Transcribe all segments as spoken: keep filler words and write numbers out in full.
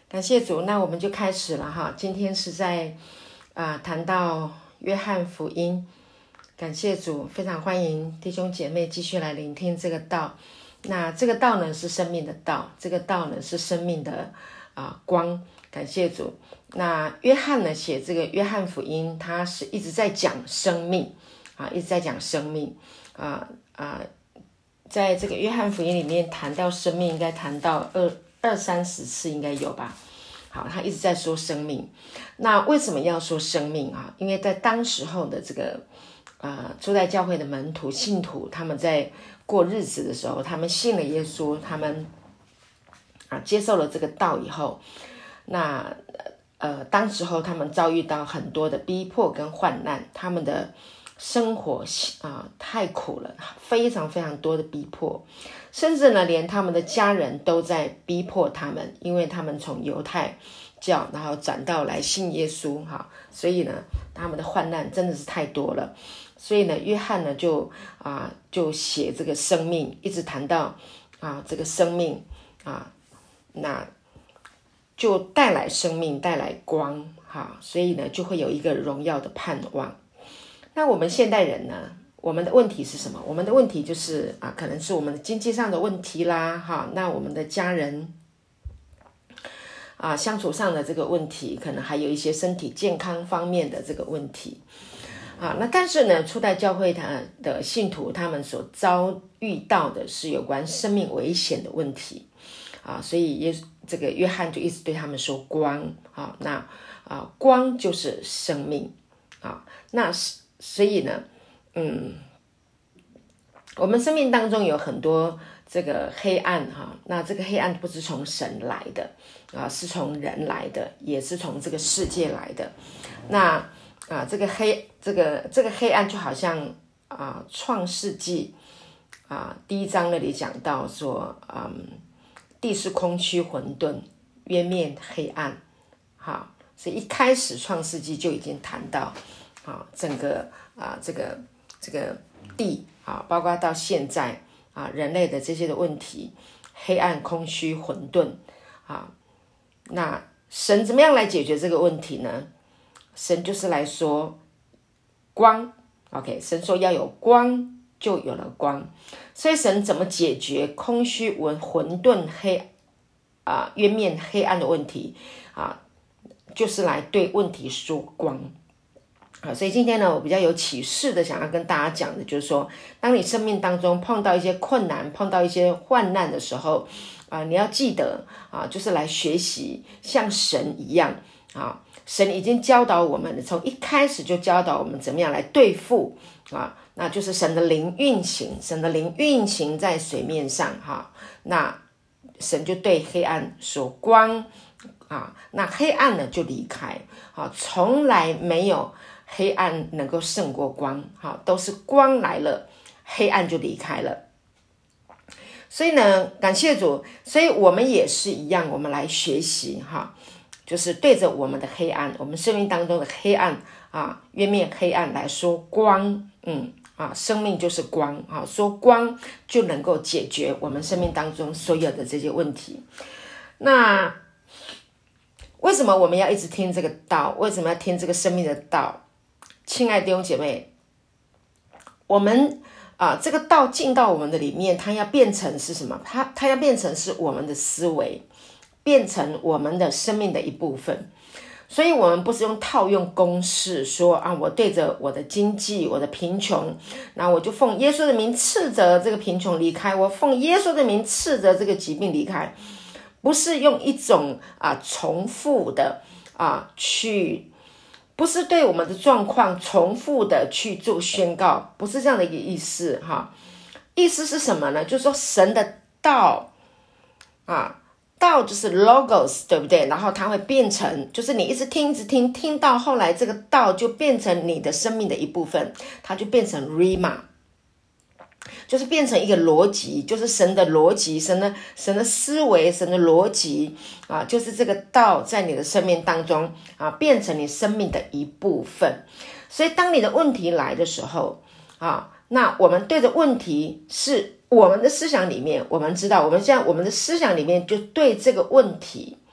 感谢主，那我们就开始了哈。今天是在啊、呃、谈到约翰福音，感谢主，非常欢迎弟兄姐妹继续来聆听这个道。那这个道呢是生命的道，这个道呢是生命的啊、呃、光，感谢主。那约翰呢写这个约翰福音，他是一直在讲生命啊，一直在讲生命啊啊，在这个约翰福音里面谈到生命，应该谈到二。二三十次应该有吧。好，他一直在说生命。那为什么要说生命啊？因为在当时候的这个呃初代教会的门徒信徒，他们在过日子的时候，他们信了耶稣，他们啊接受了这个道以后，那呃当时候他们遭遇到很多的逼迫跟患难，他们的生活啊、呃、太苦了，非常非常多的逼迫。甚至呢，连他们的家人都在逼迫他们，因为他们从犹太教然后转到来信耶稣哈，所以呢，他们的患难真的是太多了。所以呢，约翰呢就啊、呃、就写这个生命，一直谈到啊这个生命啊，那就带来生命，带来光哈，所以呢就会有一个荣耀的盼望。那我们现代人呢？我们的问题是什么？我们的问题就是啊，可能是我们的经济上的问题啦，哈，那我们的家人啊相处上的这个问题，可能还有一些身体健康方面的这个问题啊。那但是呢，初代教会他的信徒他们所遭遇到的是有关生命危险的问题啊，所以耶这个约翰就一直对他们说光啊，那啊光就是生命啊，那所以呢。嗯，我们生命当中有很多这个黑暗哈，那这个黑暗不是从神来的啊，是从人来的，也是从这个世界来的。那啊，这个黑这个这个黑暗就好像啊，创世纪啊第一章那里讲到说，嗯，地是空虚混沌，渊面黑暗。好，所以一开始创世纪就已经谈到啊，整个啊这个。这个地啊，包括到现在啊，人类的这些的问题，黑暗、空虚、混沌啊，那神怎么样来解决这个问题呢？神就是来说光 ，OK， 神说要有光，就有了光。所以神怎么解决空虚、混混沌、黑啊、渊面黑暗的问题啊？就是来对问题说光。好，所以今天呢，我比较有启示的想要跟大家讲的，就是说，当你生命当中碰到一些困难、碰到一些患难的时候，啊、呃，你要记得啊，就是来学习像神一样啊，神已经教导我们，从一开始就教导我们怎么样来对付啊，那就是神的灵运行，神的灵运行在水面上哈，那神就对黑暗说光啊，那黑暗呢就离开啊，从来没有。黑暗能够胜过光，好，都是光来了，黑暗就离开了。所以呢，感谢主，所以我们也是一样，我们来学习哈，就是对着我们的黑暗，我们生命当中的黑暗啊，渊面黑暗来说光，嗯啊，生命就是光啊，说光就能够解决我们生命当中所有的这些问题。那为什么我们要一直听这个道？为什么要听这个生命的道？亲爱的弟兄姐妹，我们啊，这个道进到我们的里面，它要变成是什么？它它要变成是我们的思维，变成我们的生命的一部分。所以，我们不是用套用公式说啊，我对着我的经济、我的贫穷，那我就奉耶稣的名斥责这个贫穷离开，我奉耶稣的名斥责这个疾病离开，不是用一种啊重复的啊去。不是对我们的状况重复的去做宣告，不是这样的一个意思哈。意思是什么呢？就是说神的道啊，道就是 logos， 对不对？然后它会变成，就是你一直听一直听，听到后来这个道就变成你的生命的一部分，它就变成 rhema。就是变成一个逻辑，就是神的逻辑，神的神的思维，神的逻辑啊，就是这个道在你的生命当中啊，变成你生命的一部分。所以当你的问题来的时候啊，那我们对着问题是我们的思想里面，我们知道我们现在我们的思想里面就对这个问题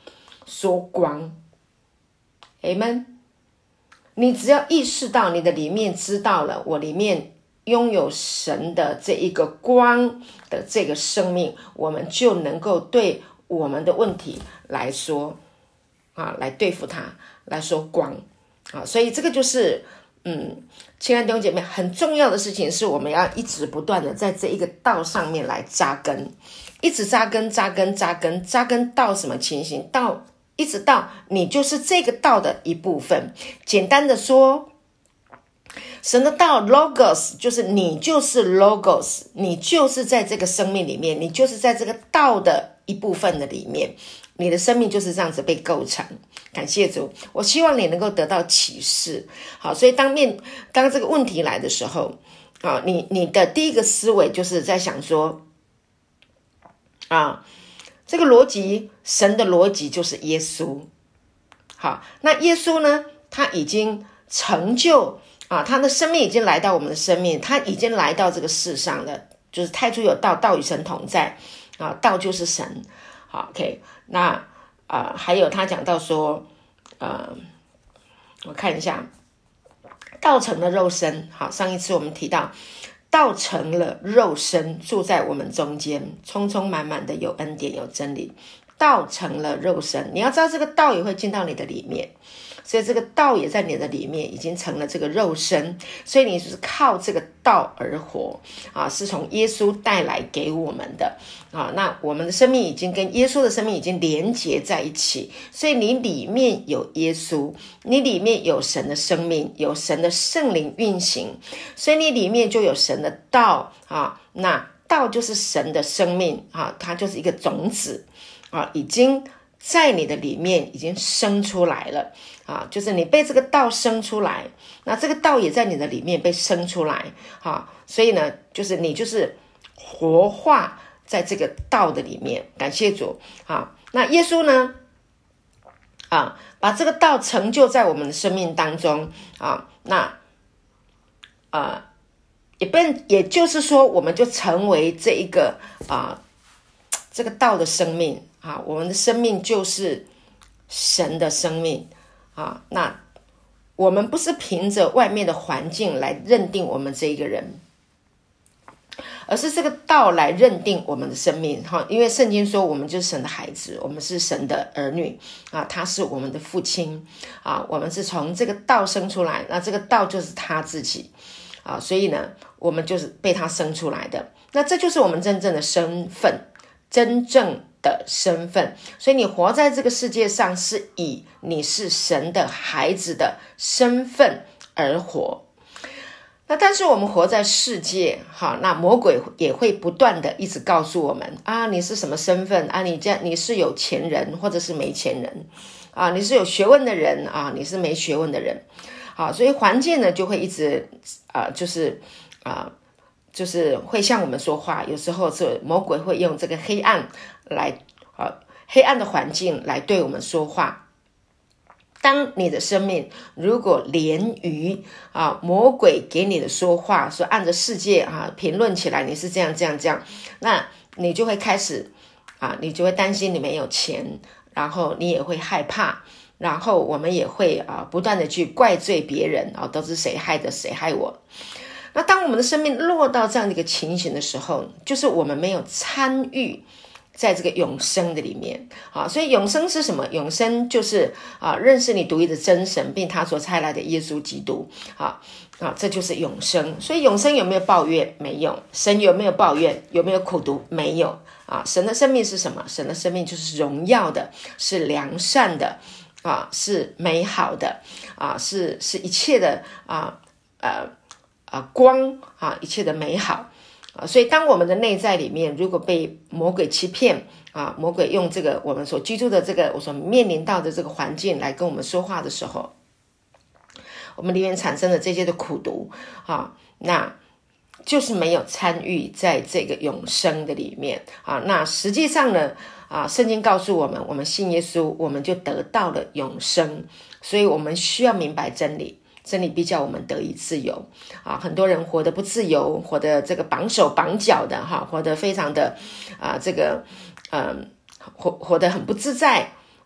说光。Amen。你只要意识到你的里面知道了，我里面拥有神的这一个光的这个生命，我们就能够对我们的问题来说啊，来对付它，来说光啊。所以这个就是嗯，亲爱的弟兄姐妹，很重要的事情是我们要一直不断的在这一个道上面来扎根，一直扎根扎根扎根扎根到什么情形？到一直到你就是这个道的一部分。简单的说，神的道 Logos 就是你就是 Logos， 你就是在这个生命里面，你就是在这个道的一部分的里面，你的生命就是这样子被构成。感谢主，我希望你能够得到启示。好，所以当面当这个问题来的时候啊，你你的第一个思维就是在想说啊，这个逻辑，神的逻辑就是耶稣。好，那耶稣呢，他已经成就啊，他的生命已经来到我们的生命，他已经来到这个世上了，就是太初有道，道与神同在啊，道就是神。好 ，OK， 那啊、呃，还有他讲到说，呃，我看一下，道成了肉身。好，上一次我们提到，道成了肉身，住在我们中间，充充满满的有恩典有真理。道成了肉身，你要知道这个道也会进到你的里面，所以这个道也在你的里面已经成了这个肉身，所以你是靠这个道而活啊，是从耶稣带来给我们的啊。那我们的生命已经跟耶稣的生命已经连结在一起，所以你里面有耶稣，你里面有神的生命，有神的圣灵运行，所以你里面就有神的道啊。那道就是神的生命啊，它就是一个种子啊，已经在你的里面已经生出来了啊，就是你被这个道生出来，那这个道也在你的里面被生出来啊，所以呢，就是你就是活化在这个道的里面。感谢主啊！那耶稣呢啊，把这个道成就在我们的生命当中啊，那啊，也变，也就是说，我们就成为这一个啊，这个道的生命。啊，我们的生命就是神的生命啊！那我们不是凭着外面的环境来认定我们这一个人，而是这个道来认定我们的生命哈。因为圣经说我们就是神的孩子，我们是神的儿女啊，他是我们的父亲啊，我们是从这个道生出来，那这个道就是他自己啊，所以呢，我们就是被他生出来的。那这就是我们真正的身份，真正的身份。所以你活在这个世界上是以你是神的孩子的身份而活。那但是我们活在世界，好，那魔鬼也会不断的一直告诉我们啊，你是什么身份啊？你这样你是有钱人或者是没钱人啊？你是有学问的人啊？你是没学问的人？好，所以环境呢就会一直啊、呃，就是啊。呃就是会向我们说话，有时候是魔鬼会用这个黑暗来呃黑暗的环境来对我们说话。当你的生命如果连于啊魔鬼给你的说话，说按着世界啊评论起来你是这样这样这样，那你就会开始啊，你就会担心你没有钱，然后你也会害怕，然后我们也会啊不断的去怪罪别人啊，都是谁害的，谁害我。那当我们的生命落到这样的一个情形的时候，就是我们没有参与在这个永生的里面啊。所以永生是什么？永生就是啊，认识你独一的真神，并他所差来的耶稣基督啊啊，这就是永生。所以永生有没有抱怨？没有。神有没有抱怨？有没有苦毒？没有啊。神的生命是什么？神的生命就是荣耀的，是良善的啊，是美好的啊，是是一切的啊呃。啊，光啊，一切的美好啊，所以当我们的内在里面如果被魔鬼欺骗啊，魔鬼用这个我们所居住的这个我所面临到的这个环境来跟我们说话的时候，我们里面产生的这些的苦毒啊，那就是没有参与在这个永生的里面啊。那实际上呢啊，圣经告诉我们，我们信耶稣，我们就得到了永生，所以我们需要明白真理。真理必叫我们得以自由啊！很多人活得不自由，活得这个绑手绑脚的哈，活得非常的啊，这个嗯，活活得很不自在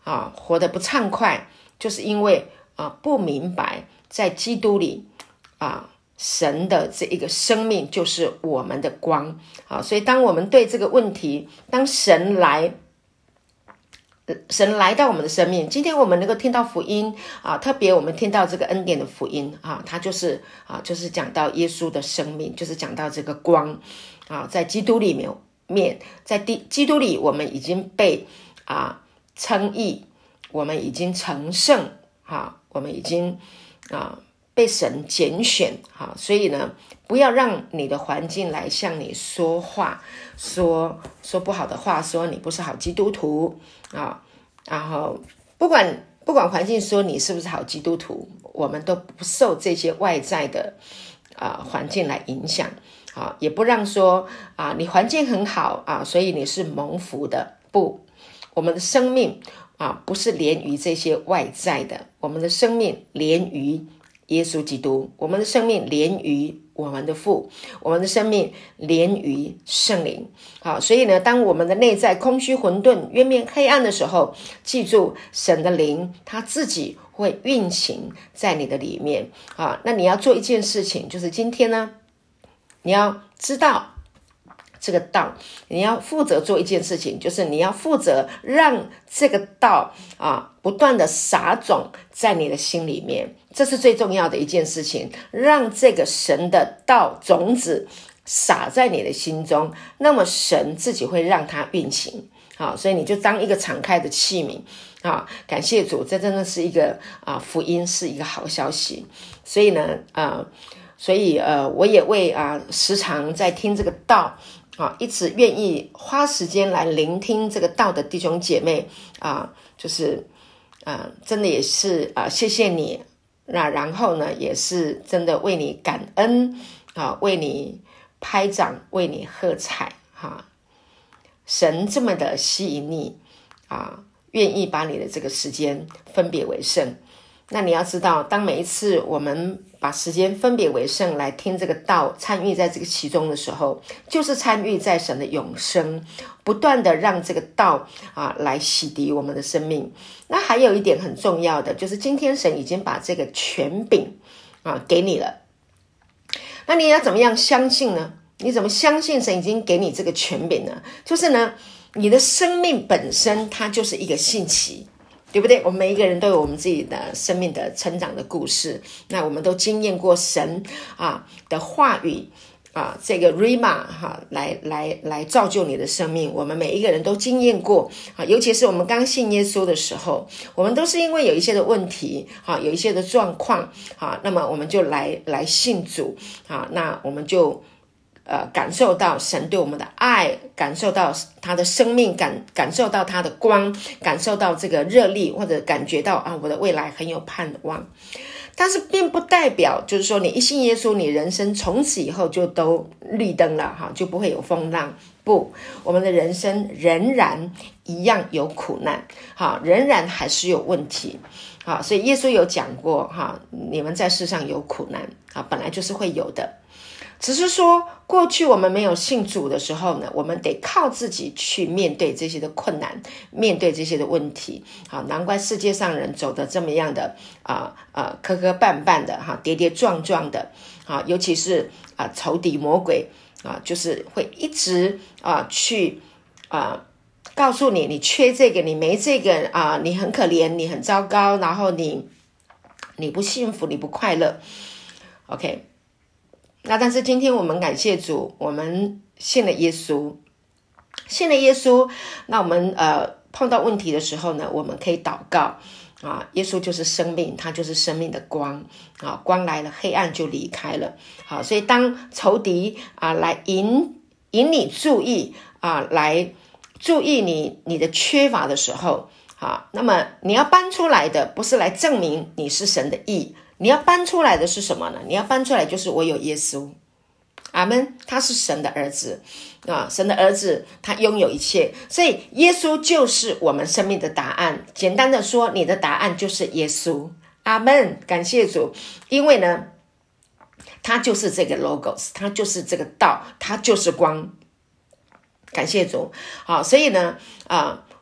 啊活得不畅快，就是因为啊不明白在基督里啊神的这一个生命就是我们的光啊。所以当我们对这个问题，当神来神来到我们的生命，今天我们能够听到福音啊，特别我们听到这个恩典的福音啊，它就是啊，就是讲到耶稣的生命，就是讲到这个光啊，在基督里面，在基督里我们已经被啊称义，我们已经成圣啊，我们已经啊被神拣选啊，所以呢，不要让你的环境来向你说话，说说不好的话，说你不是好基督徒啊，然后不管不管环境说你是不是好基督徒，我们都不受这些外在的啊环境来影响啊，也不让说啊你环境很好啊，所以你是蒙福的，不，我们的生命啊不是连于这些外在的，我们的生命连于耶稣基督，我们的生命连于我们的父，我们的生命连于圣灵。好，所以呢，当我们的内在空虚混沌渊面黑暗的时候，记住神的灵他自己会运行在你的里面。好，那你要做一件事情，就是今天呢，你要知道这个道，你要负责做一件事情，就是你要负责让这个道啊不断的撒种在你的心里面，这是最重要的一件事情，让这个神的道种子撒在你的心中，那么神自己会让它运行。好，所以你就当一个敞开的器皿啊！感谢主，这真的是一个啊福音，是一个好消息。所以呢，啊，所以呃，我也为啊时常在听这个道啊，一直愿意花时间来聆听这个道的弟兄姐妹啊，就是啊，真的也是啊，谢谢你。那然后呢，也是真的为你感恩啊，为你拍掌，为你喝彩哈、啊。神这么的吸引你啊，愿意把你的这个时间分别为圣。那你要知道，当每一次我们把时间分别为圣来听这个道，参与在这个其中的时候，就是参与在神的永生，不断的让这个道啊来洗涤我们的生命。那还有一点很重要的，就是今天神已经把这个权柄啊给你了，那你要怎么样相信呢？你怎么相信神已经给你这个权柄呢？就是呢，你的生命本身它就是一个信息，对不对？我们每一个人都有我们自己的生命的成长的故事，那我们都经验过神啊的话语啊，这个 Rhema 哈，来来来造就你的生命。我们每一个人都经验过啊，尤其是我们刚信耶稣的时候，我们都是因为有一些的问题啊，有一些的状况啊，那么我们就来来信主啊，那我们就。呃，感受到神对我们的爱，感受到他的生命感，感受到他的光，感受到这个热力，或者感觉到啊，我的未来很有盼望。但是并不代表就是说你一信耶稣，你人生从此以后就都绿灯了哈，就不会有风浪。不，我们的人生仍然一样有苦难，哈，仍然还是有问题。好，所以耶稣有讲过哈，你们在世上有苦难啊，本来就是会有的。只是说过去我们没有信主的时候呢，我们得靠自己去面对这些的困难，面对这些的问题。好，难怪世界上人走得这么样的啊啊磕磕绊绊的哈，跌跌撞撞的啊，尤其是啊仇敌魔鬼啊，就是会一直啊去啊告诉你，你缺这个，你没这个啊，你很可怜，你很糟糕，然后你你不幸福，你不快乐。OK。那但是今天我们感谢主，我们信了耶稣，信了耶稣，那我们呃碰到问题的时候呢，我们可以祷告啊，耶稣就是生命，他就是生命的光啊，光来了，黑暗就离开了。好，所以当仇敌啊来引引你注意啊，来注意你你的缺乏的时候，好，那么你要搬出来的不是来证明你是神的义。你要搬出来的是什么呢？你要搬出来就是我有耶稣，阿们，他是神的儿子啊，神的儿子他拥有一切，所以耶稣就是我们生命的答案。简单的说，你的答案就是耶稣，阿们，感谢主，因为呢，他就是这个 logos， 他就是这个道，他就是光，感谢主。好，所以呢，啊。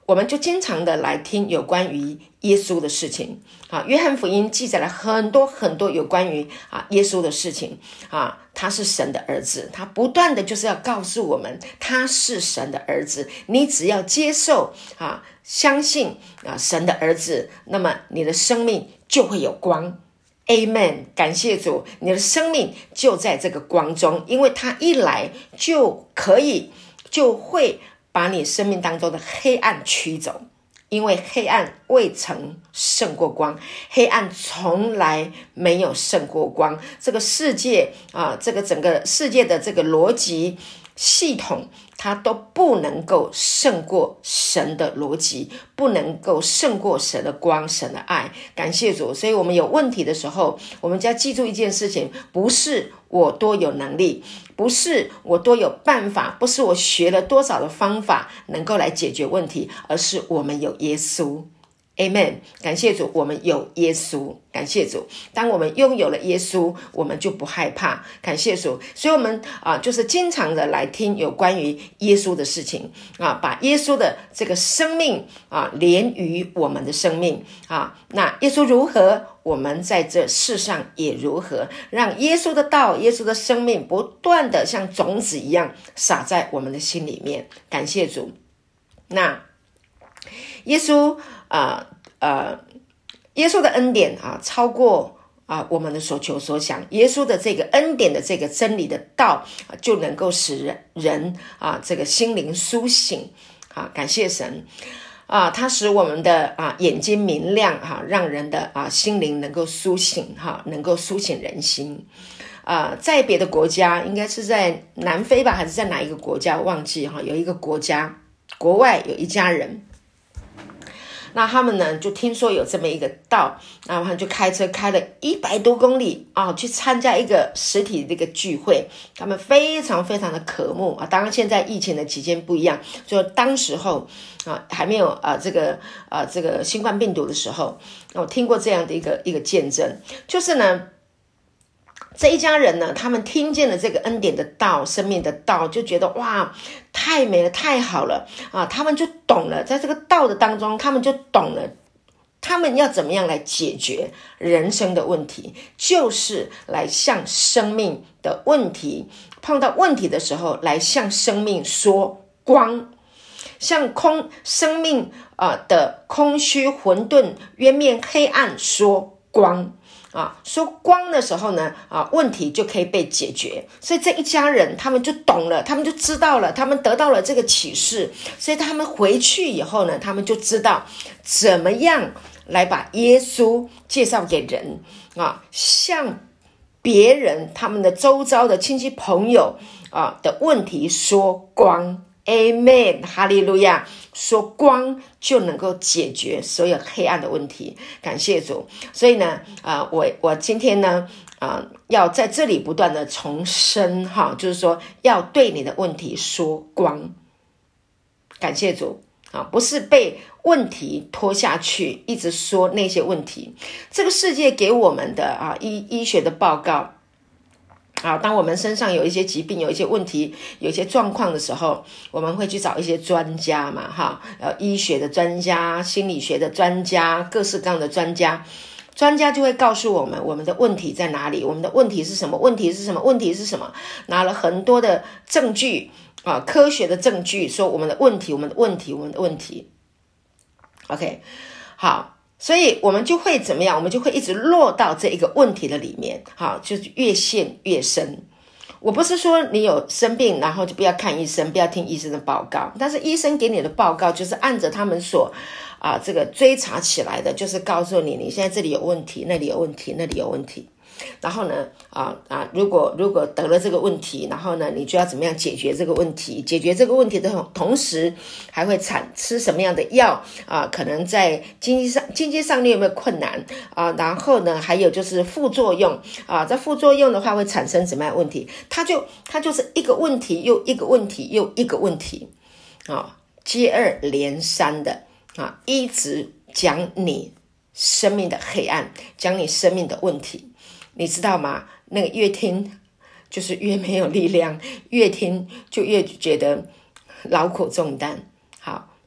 我们就经常的来听有关于耶稣的事情啊。约翰福音记载了很多很多有关于啊耶稣的事情啊，他是神的儿子，他不断的就是要告诉我们他是神的儿子。你只要接受啊，相信啊神的儿子，那么你的生命就会有光。Amen， 感谢主，你的生命就在这个光中，因为他一来就可以就会把你生命当中的黑暗驱走，因为黑暗未曾胜过光，黑暗从来没有胜过光。这个世界啊，这个整个世界的这个逻辑系统，它都不能够胜过神的逻辑，不能够胜过神的光，神的爱。感谢主。所以我们有问题的时候，我们就要记住一件事情，不是我多有能力，不是我多有办法，不是我学了多少的方法能够来解决问题，而是我们有耶稣。Amen， 感谢主，我们有耶稣，感谢主。当我们拥有了耶稣，我们就不害怕，感谢主。所以我们啊，就是经常的来听有关于耶稣的事情啊，把耶稣的这个生命啊连于我们的生命啊。那耶稣如何，我们在这世上也如何，让耶稣的道、耶稣的生命不断的像种子一样撒在我们的心里面，感谢主。那耶稣呃呃，耶稣的恩典啊，超过啊我们的所求所想。耶稣的这个恩典的这个真理的道，啊、就能够使人人啊这个心灵苏醒啊，感谢神啊，它使我们的啊眼睛明亮哈、啊，让人的啊心灵能够苏醒哈、啊，能够苏醒人心。啊，在别的国家，应该是在南非吧，还是在哪一个国家忘记哈、啊？有一个国家，国外有一家人。那他们呢就听说有这么一个道，然后他们就开车开了一百多公里啊，去参加一个实体的一个聚会。他们非常非常的渴慕啊，当然现在疫情的期间不一样，就当时候啊还没有啊这个啊这个新冠病毒的时候，我听过这样的一个一个见证，就是呢。这一家人呢，他们听见了这个恩典的道，生命的道，就觉得哇，太美了，太好了啊！他们就懂了，在这个道的当中，他们就懂了，他们要怎么样来解决人生的问题，就是来向生命的问题，碰到问题的时候，来向生命说光，向空生命啊、呃、的空虚混沌渊面黑暗说光。啊，说光的时候呢，啊，问题就可以被解决。所以这一家人他们就懂了，他们就知道了，他们得到了这个启示。所以他们回去以后呢，他们就知道怎么样来把耶稣介绍给人啊，向别人他们的周遭的亲戚朋友啊的问题说光。Amen， 哈利路亚！说光就能够解决所有黑暗的问题，感谢主。所以呢，啊、呃，我我今天呢，啊、呃，要在这里不断的重申哈，就是说要对你的问题说光，感谢主啊，不是被问题拖下去，一直说那些问题。这个世界给我们的啊医医学的报告。啊，当我们身上有一些疾病、有一些问题、有一些状况的时候，我们会去找一些专家嘛，哈，呃，医学的专家、心理学的专家、各式各样的专家，专家就会告诉我们我们的问题在哪里，我们的问题是什么，问题是什么，问题是什么，拿了很多的证据啊，科学的证据说我们的问题，我们的问题，我们的问题。OK， 好。所以我们就会怎么样？我们就会一直落到这一个问题的里面，好，就是越陷越深。我不是说你有生病，然后就不要看医生，不要听医生的报告。但是医生给你的报告就是按着他们所啊这个追查起来的，就是告诉你你现在这里有问题，那里有问题，那里有问题。然后呢，啊啊，如果如果得了这个问题，然后呢，你就要怎么样解决这个问题？解决这个问题的同同时，还会产吃什么样的药啊？可能在经济上经济上你有没有困难啊？然后呢，还有就是副作用啊，在副作用的话会产生什么样的问题？它就它就是一个问题又一个问题又一个问题啊，接二连三的啊，一直讲你生命的黑暗，讲你生命的问题。你知道吗？那个越听就是越没有力量，越听就越觉得劳苦重担。好，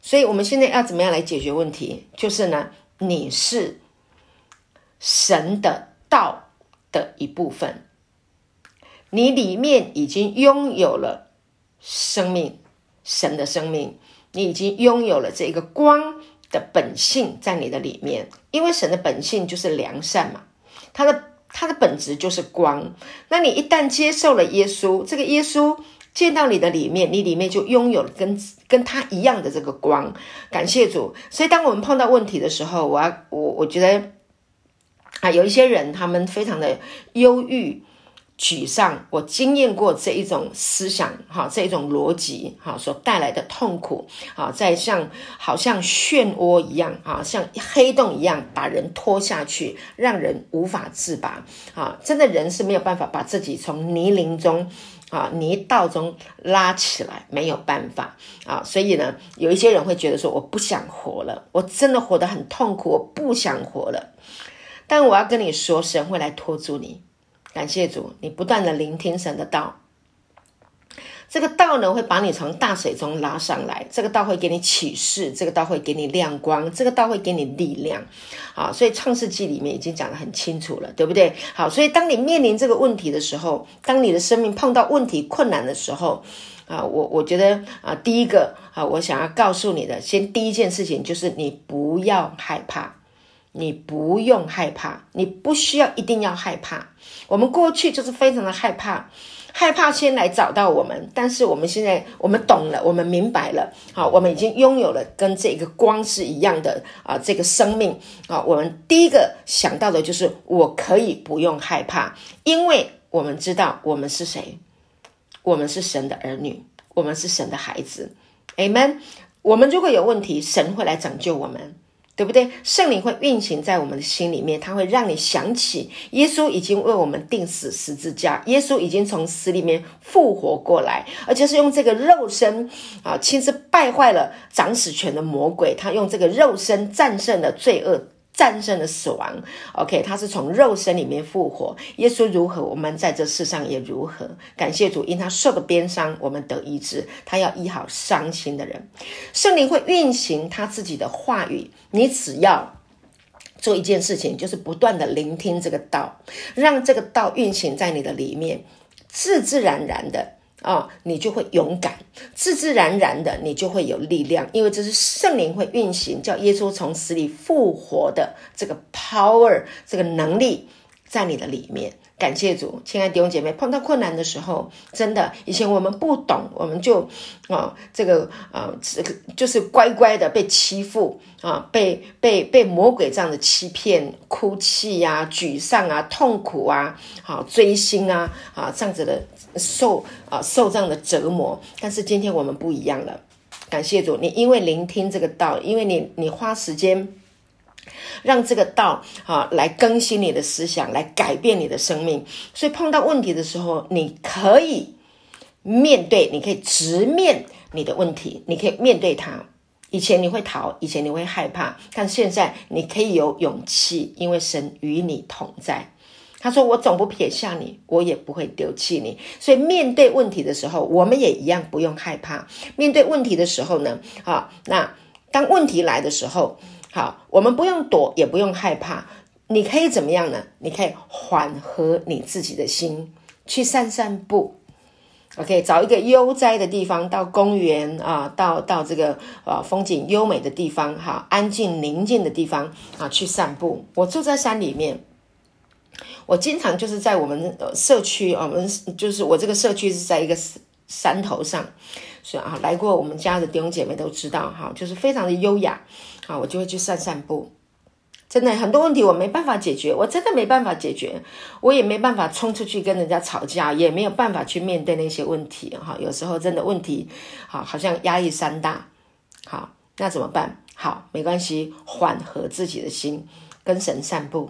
所以我们现在要怎么样来解决问题？就是呢，你是神的道的一部分，你里面已经拥有了生命，神的生命，你已经拥有了这个光的本性在你的里面，因为神的本性就是良善嘛，他的他的本质就是光。那你一旦接受了耶稣，这个耶稣进到你的里面，你里面就拥有了跟跟他一样的这个光。感谢主。所以当我们碰到问题的时候，我要我我觉得啊，有一些人他们非常的忧郁沮丧，我经验过这一种思想哈，这一种逻辑哈所带来的痛苦啊，在像好像漩涡一样啊，像黑洞一样把人拖下去，让人无法自拔啊！真的人是没有办法把自己从泥泞中啊泥道中拉起来，没有办法啊！所以呢，有一些人会觉得说，我不想活了，我真的活得很痛苦，我不想活了。但我要跟你说，神会来拖住你。感谢主，你不断的聆听神的道，这个道呢会把你从大水中拉上来，这个道会给你启示，这个道会给你亮光，这个道会给你力量。好，所以创世纪里面已经讲得很清楚了，对不对？好，所以当你面临这个问题的时候，当你的生命碰到问题困难的时候啊，我我觉得啊，第一个啊，我想要告诉你的，先第一件事情就是你不要害怕。你不用害怕，你不需要一定要害怕。我们过去就是非常的害怕，害怕先来找到我们，但是我们现在我们懂了，我们明白了，好，我们已经拥有了跟这个光是一样的啊，这个生命啊，我们第一个想到的就是我可以不用害怕，因为我们知道我们是谁，我们是神的儿女，我们是神的孩子 Amen。 我们如果有问题，神会来拯救我们，对不对？圣灵会运行在我们的心里面，他会让你想起耶稣已经为我们钉死十字架，耶稣已经从死里面复活过来，而且是用这个肉身啊，亲自败坏了掌死权的魔鬼，他用这个肉身战胜了罪恶，战胜了死亡。 OK， 他是从肉身里面复活，耶稣如何，我们在这世上也如何。感谢主，因他受的鞭伤我们得医治，他要医好伤心的人。圣灵会运行他自己的话语，你只要做一件事情，就是不断的聆听这个道，让这个道运行在你的里面，自自然然的哦，你就会勇敢，自自然然的你就会有力量，因为这是圣灵会运行，叫耶稣从死里复活的这个 power， 这个能力在你的里面。感谢主，亲爱的弟兄姐妹，碰到困难的时候，真的以前我们不懂，我们就啊这个啊这个就是乖乖的被欺负啊，被被被魔鬼这样的欺骗，哭泣啊、沮丧啊、痛苦啊、好追星啊啊这样子的受啊受这样的折磨。但是今天我们不一样了，感谢主，你因为聆听这个道，因为你你花时间让这个道啊来更新你的思想，来改变你的生命，所以碰到问题的时候，你可以面对，你可以直面你的问题，你可以面对它。以前你会逃，以前你会害怕，但现在你可以有勇气，因为神与你同在。他说我总不撇下你，我也不会丢弃你。所以面对问题的时候，我们也一样不用害怕。面对问题的时候呢，啊，那当问题来的时候，好，我们不用躲，也不用害怕。你可以怎么样呢？你可以缓和你自己的心，去散散步。OK， 找一个悠哉的地方，到公园啊，到到这个呃风景优美的地方，哈，安静宁静的地方啊，去散步。我住在山里面，我经常就是在我们社区，我们就是我这个社区是在一个山头上，所以啊，来过我们家的弟兄姐妹都知道哈，就是非常的优雅啊，我就会去散散步。真的很多问题我没办法解决，我真的没办法解决，我也没办法冲出去跟人家吵架，也没有办法去面对那些问题哈。有时候真的问题好好像压力山大，好，那怎么办？好，没关系，缓和自己的心，跟神散步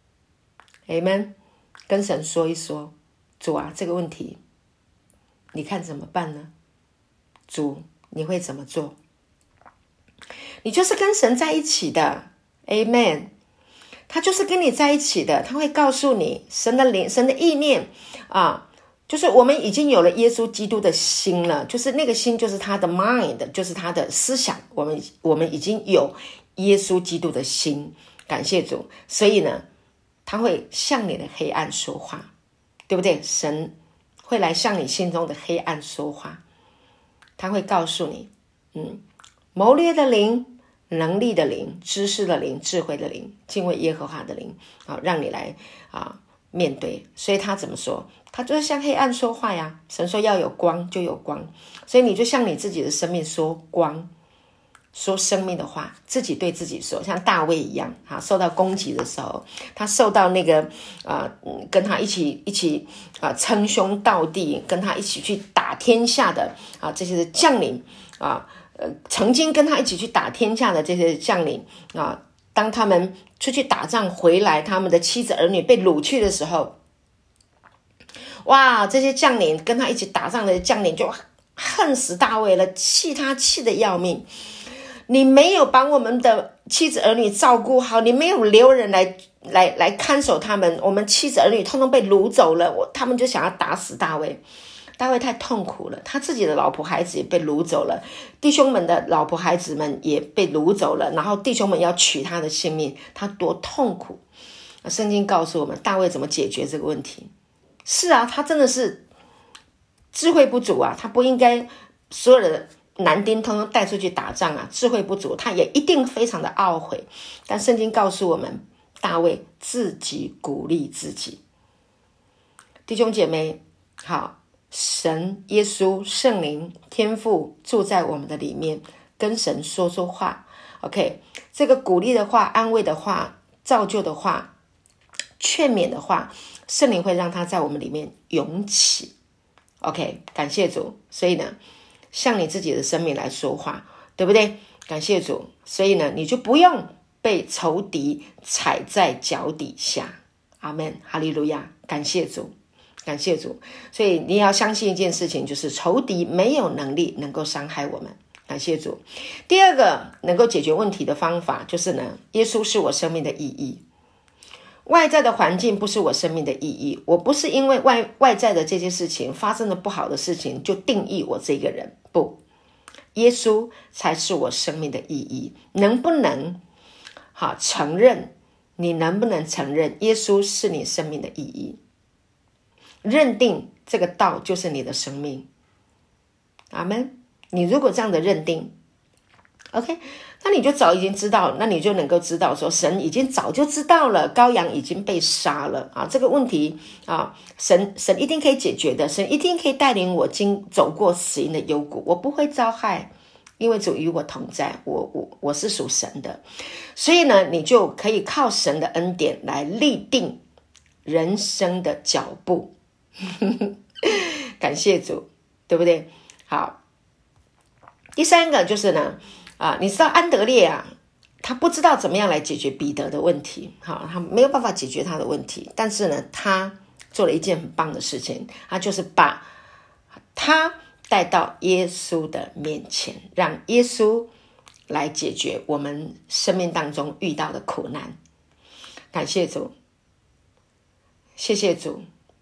Amen， 跟神说一说，主啊，这个问题你看怎么办呢？主，你会怎么做？你就是跟神在一起的Amen， 他就是跟你在一起的，他会告诉你神的灵、神的意念啊， 就是我们已经有了耶稣基督的心了，就是那个心就是他的 mind， 就是他的思想，我们我们已经有耶稣基督的心，感谢主。所以呢，他会向你的黑暗说话，对不对？神会来向你心中的黑暗说话，他会告诉你，嗯，谋略的灵，能力的灵，知识的灵，智慧的灵，敬畏耶和华的灵，啊，让你来啊面对。所以他怎么说？他就是向黑暗说话呀。神说要有光就有光，所以你就向你自己的生命说光，说生命的话，自己对自己说，像大卫一样啊，受到攻击的时候，他受到那个啊、呃，跟他一起一起啊称兄道弟，跟他一起去打天下的啊这些将领啊，呃，曾经跟他一起去打天下的这些将领啊，当他们出去打仗回来，他们的妻子儿女被掳去的时候，哇，这些将领跟他一起打仗的将领就恨死大卫了，气他气得要命。你没有把我们的妻子儿女照顾好，你没有留人来来来看守他们，我们妻子儿女通通被掳走了，我他们就想要打死大卫。大卫太痛苦了，他自己的老婆孩子也被掳走了，弟兄们的老婆孩子们也被掳走了，然后弟兄们要取他的性命，他多痛苦。圣经告诉我们大卫怎么解决这个问题。是啊，他真的是智慧不足啊，他不应该所有的男丁通通带出去打仗啊，智慧不足，他也一定非常的懊悔。但圣经告诉我们，大卫自己鼓励自己。弟兄姐妹，好，神、耶稣、圣灵、天父住在我们的里面，跟神说说话。OK， 这个鼓励的话、安慰的话、造就的话、劝勉的话，圣灵会让他在我们里面涌起。OK， 感谢主。所以呢，向你自己的生命来说话，对不对？感谢主。所以呢，你就不用被仇敌踩在脚底下。阿们，哈利路亚，感谢主，感谢主。所以你要相信一件事情，就是仇敌没有能力能够伤害我们。感谢主。第二个能够解决问题的方法就是呢，耶稣是我生命的意义。外在的环境不是我生命的意义，我不是因为外外在的这些事情发生了不好的事情就定义我这个人，不，耶稣才是我生命的意义。能不能好承认？你能不能承认耶稣是你生命的意义？认定这个道就是你的生命。阿们。你如果这样的认定 OK， 那你就早已经知道，那你就能够知道说神已经早就知道了，羔羊已经被杀了啊，这个问题啊，神神一定可以解决的，神一定可以带领我经走过死荫的幽谷，我不会遭害，因为主与我同在，我我我是属神的。所以呢，你就可以靠神的恩典来立定人生的脚步感谢主，对不对？好，第三个就是呢啊，你知道安德烈啊，他不知道怎么样来解决彼得的问题，好，他没有办法解决他的问题，但是呢，他做了一件很棒的事情，他就是把他带到耶稣的面前，让耶稣来解决我们生命当中遇到的苦难。感谢主，谢谢主。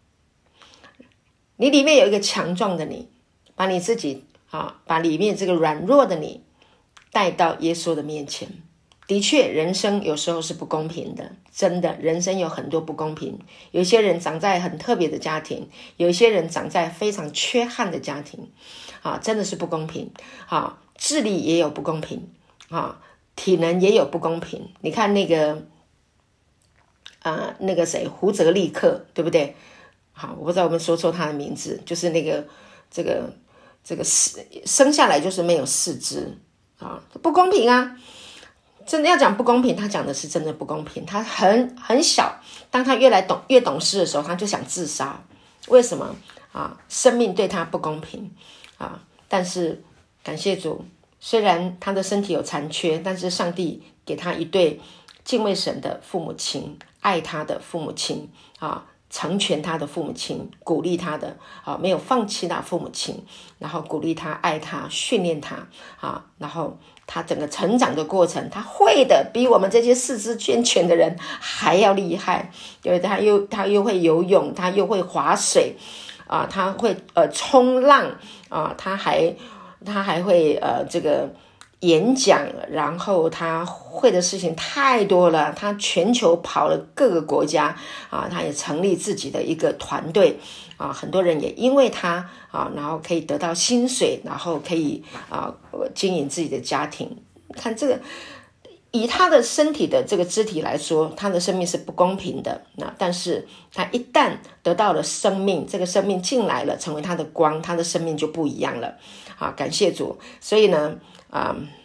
你里面有一个强壮的你，把你自己啊，把里面这个软弱的你带到耶稣的面前。的确，人生有时候是不公平的，真的，人生有很多不公平。有一些人长在很特别的家庭，有一些人长在非常缺憾的家庭，啊，真的是不公平。啊，智力也有不公平，啊，体能也有不公平。你看那个，啊，那个谁，胡泽利克，对不对？好，我不知道我们说错他的名字，就是那个这个这个生下来就是没有四肢啊，不公平啊！真的要讲不公平，他讲的是真的不公平。他很很小，当他越来懂越懂事的时候，他就想自杀。为什么啊？生命对他不公平啊！但是感谢主，虽然他的身体有残缺，但是上帝给他一对敬畏神的父母亲，爱他的父母亲啊。成全他的父母亲，鼓励他的啊，没有放弃他父母亲，然后鼓励他、爱他、训练他啊，然后他整个成长的过程，他会的比我们这些四肢健全的人还要厉害，因为他又他又会游泳，他又会划水啊，他会呃冲浪啊，他还他还会呃这个演讲，然后他会的事情太多了，他全球跑了各个国家啊，他也成立自己的一个团队啊，很多人也因为他啊，然后可以得到薪水，然后可以啊经营自己的家庭。看这个，以他的身体的这个肢体来说，他的生命是不公平的。那但是他一旦得到了生命，这个生命进来了，成为他的光，他的生命就不一样了。好，感谢主。所以呢，啊、嗯，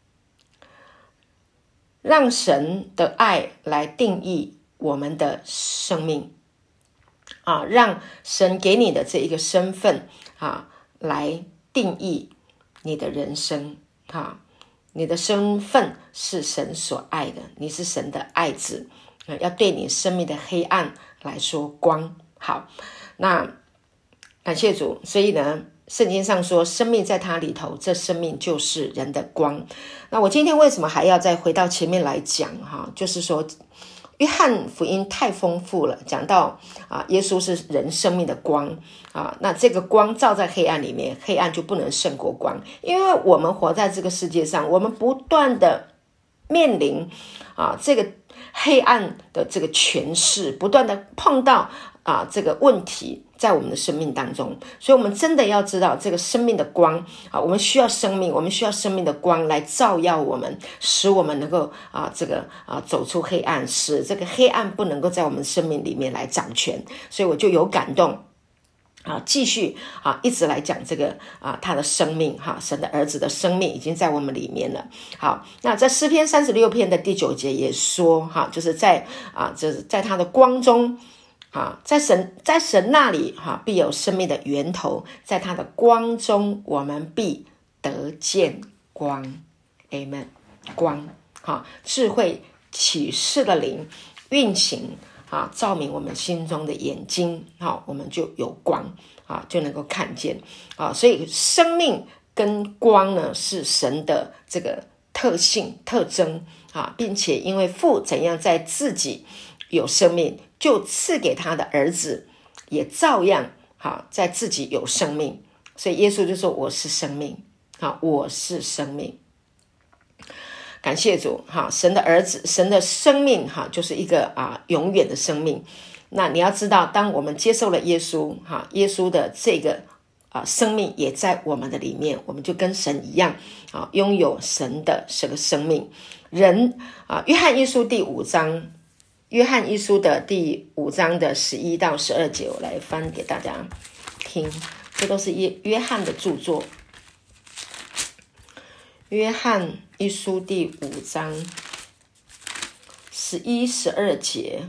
让神的爱来定义我们的生命啊，让神给你的这一个身份啊，来定义你的人生啊。你的身份是神所爱的，你是神的爱子，要对你生命的黑暗来说光。好，那感谢主。所以呢，圣经上说生命在他里头，这生命就是人的光。那我今天为什么还要再回到前面来讲哈？就是说约翰福音太丰富了，讲到啊，耶稣是人生命的光啊，那这个光照在黑暗里面，黑暗就不能胜过光。因为我们活在这个世界上，我们不断的面临啊这个黑暗的这个权势，不断的碰到啊这个问题在我们的生命当中，所以我们真的要知道这个生命的光啊，我们需要生命，我们需要生命的光来照耀我们，使我们能够啊这个啊走出黑暗，使这个黑暗不能够在我们生命里面来掌权。所以我就有感动啊，继续啊，一直来讲这个啊，他的生命哈、啊，神的儿子的生命已经在我们里面了。好，那在诗篇三十六篇的第九节也说哈、啊，就是在啊，就是在他的光中啊，在神在神那里哈、啊，必有生命的源头，在他的光中，我们必得见光。Amen， 光哈、啊，智慧启示的灵运行。啊，照明我们心中的眼睛，啊，我们就有光啊，就能够看见啊。所以生命跟光呢，是神的这个特性特征啊，并且因为父怎样在自己有生命，就赐给他的儿子也照样啊，在自己有生命。所以耶稣就说：“我是生命啊，我是生命。”感谢主哈，神的儿子，神的生命哈，就是一个啊永远的生命。那你要知道，当我们接受了耶稣哈，耶稣的这个啊生命也在我们的里面，我们就跟神一样啊，拥有神的这个生命。人啊，约翰一书第五章，约翰一书的第五章的十一到十二节，我来翻给大家听，这都是约约翰的著作。约翰一书第五章十一、十二节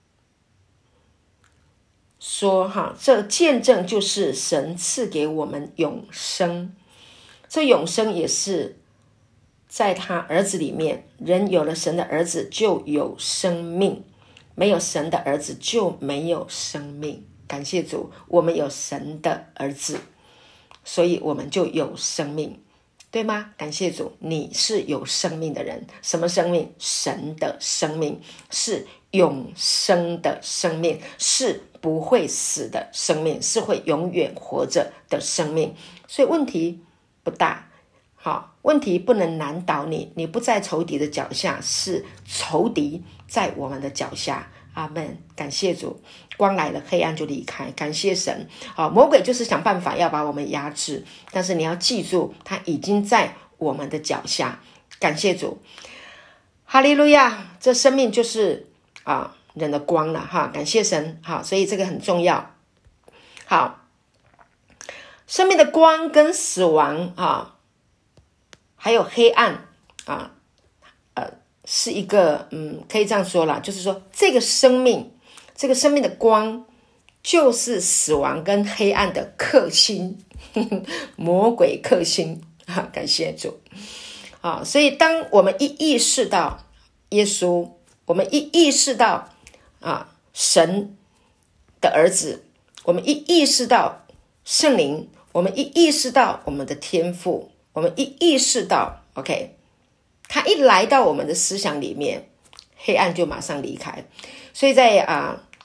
说哈，这见证就是神赐给我们永生，这永生也是在他儿子里面，人有了神的儿子就有生命，没有神的儿子就没有生命。感谢主，我们有神的儿子，所以我们就有生命，对吗？感谢主，你是有生命的人。什么生命？神的生命，是永生的生命，是不会死的生命，是会永远活着的生命。所以问题不大，好，问题不能难倒你，你不在仇敌的脚下，是仇敌在我们的脚下。阿们，感谢主，光来了，黑暗就离开。感谢神，好，魔鬼就是想办法要把我们压制，但是你要记住，他已经在我们的脚下。感谢主，哈利路亚！这生命就是啊人的光了哈，感谢神，好，所以这个很重要。好，生命的光跟死亡啊，还有黑暗啊，呃。是一个嗯，可以这样说啦，就是说这个生命，这个生命的光，就是死亡跟黑暗的克星，呵呵魔鬼克星啊！感谢主啊！所以当我们一意识到耶稣，我们一意识到啊神的儿子，我们一意识到圣灵，我们一意识到我们的天父，我们一意识到 OK。他一来到我们的思想里面，黑暗就马上离开。所以在啊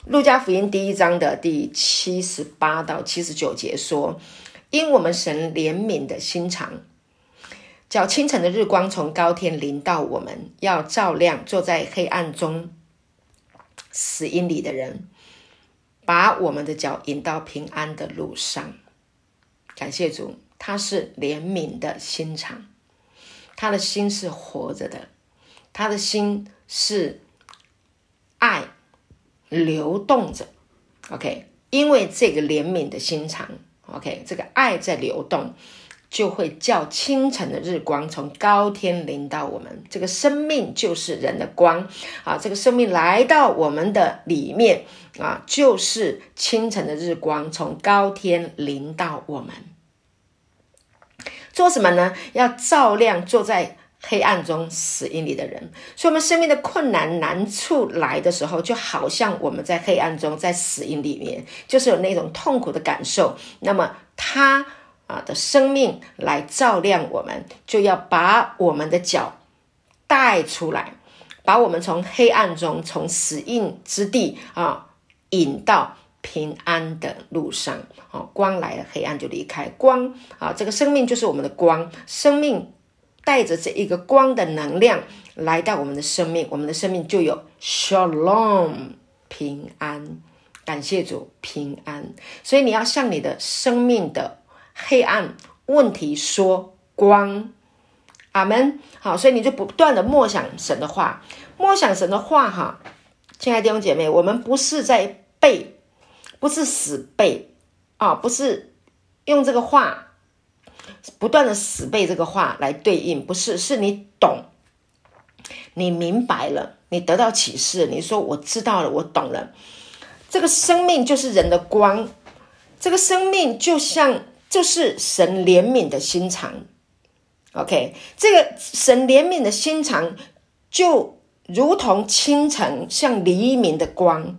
路加福音第一章的第七十八到七十九节说，因我们神怜悯的心肠，叫清晨的日光从高天临到我们，要照亮坐在黑暗中死荫里的人，把我们的脚引到平安的路上。感谢主，他是怜悯的心肠，他的心是活着的，他的心是爱流动着。 OK， 因为这个怜悯的心肠， OK， 这个爱在流动，就会叫清晨的日光从高天临到我们。这个生命就是人的光啊，这个生命来到我们的里面啊，就是清晨的日光从高天临到我们。做什么呢？要照亮坐在黑暗中死荫里的人。所以我们生命的困难难处来的时候，就好像我们在黑暗中，在死荫里面，就是有那种痛苦的感受。那么他啊的生命来照亮我们，就要把我们的脚带出来，把我们从黑暗中，从死荫之地啊引到平安的路上。哦，光来了，黑暗就离开。光啊，这个生命就是我们的光，生命带着这一个光的能量来到我们的生命，我们的生命就有 shalom 平安。感谢主，平安。所以你要向你的生命的黑暗问题说光。阿们。好，所以你就不断的默想神的话，默想神的话哈。亲爱的弟兄姐妹，我们不是在背，不是死背啊，不是用这个话不断的死背这个话来对应，不是，是你懂，你明白了，你得到启示，你说我知道了，我懂了。这个生命就是人的光，这个生命就像就是神怜悯的心肠。 OK， 这个神怜悯的心肠就如同清晨像黎明的光。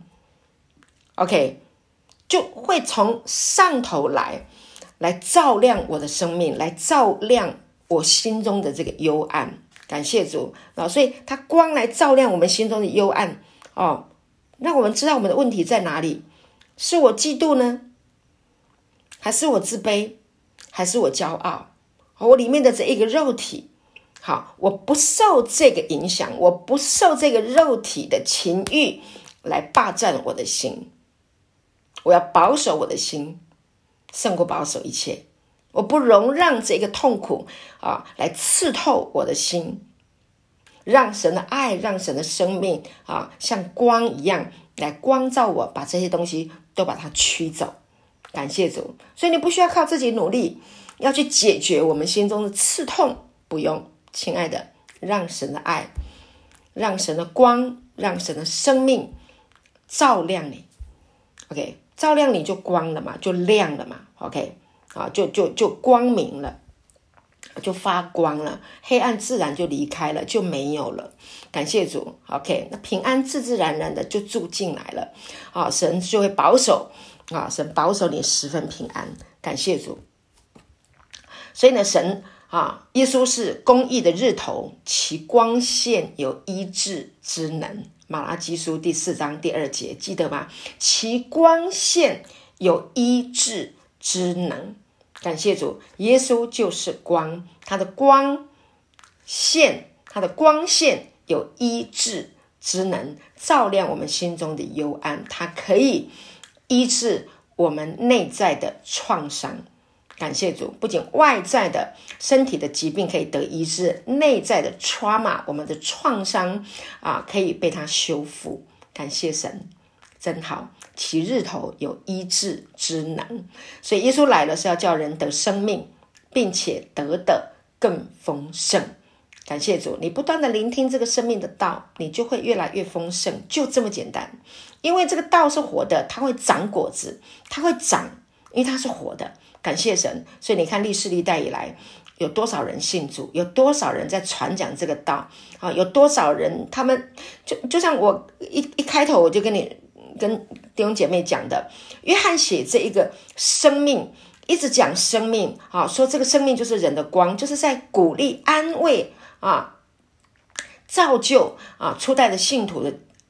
OK， 就会从上头来来照亮我的生命，来照亮我心中的这个幽暗。感谢主啊！所以他光来照亮我们心中的幽暗哦，让我们知道我们的问题在哪里。是我嫉妒呢，还是我自卑，还是我骄傲？我里面的这一个肉体，好，我不受这个影响，我不受这个肉体的情欲来霸占我的心。我要保守我的心，胜过保守一切。我不容让这个痛苦啊来刺透我的心，让神的爱，让神的生命啊像光一样来光照我，把这些东西都把它驱走。感谢主。所以你不需要靠自己努力要去解决我们心中的刺痛，不用，亲爱的，让神的爱，让神的光，让神的生命照亮你。 OK， 照亮你就光了嘛，就亮了嘛。 OK， 啊，就就就光明了，就发光了，黑暗自然就离开了，就没有了。感谢主。 OK， 那平安自自然然的就住进来了啊，神就会保守啊，神保守你十分平安。感谢主。所以呢，神啊，耶稣是公义的日头，其光线有医治之能。马拉基书第四章第二节，记得吗？其光线有医治之能。感谢主，耶稣就是光，他的光线，他的光线有医治之能，照亮我们心中的幽暗，他可以医治我们内在的创伤。感谢主，不仅外在的身体的疾病可以得医治，内在的 trauma， 我们的创伤啊，可以被他修复。感谢神，真好，其日头有医治之能。所以耶稣来了是要叫人得生命，并且得的更丰盛。感谢主，你不断的聆听这个生命的道，你就会越来越丰盛，就这么简单。因为这个道是活的，它会长果子，它会长，因为它是活的。感谢神。所以你看历世历代以来有多少人信主，有多少人在传讲这个道啊？有多少人他们就就像我一一开头我就跟你跟弟兄姐妹讲的，约翰写这一个生命，一直讲生命啊，说这个生命就是人的光，就是在鼓励安慰啊造就啊初代的信徒的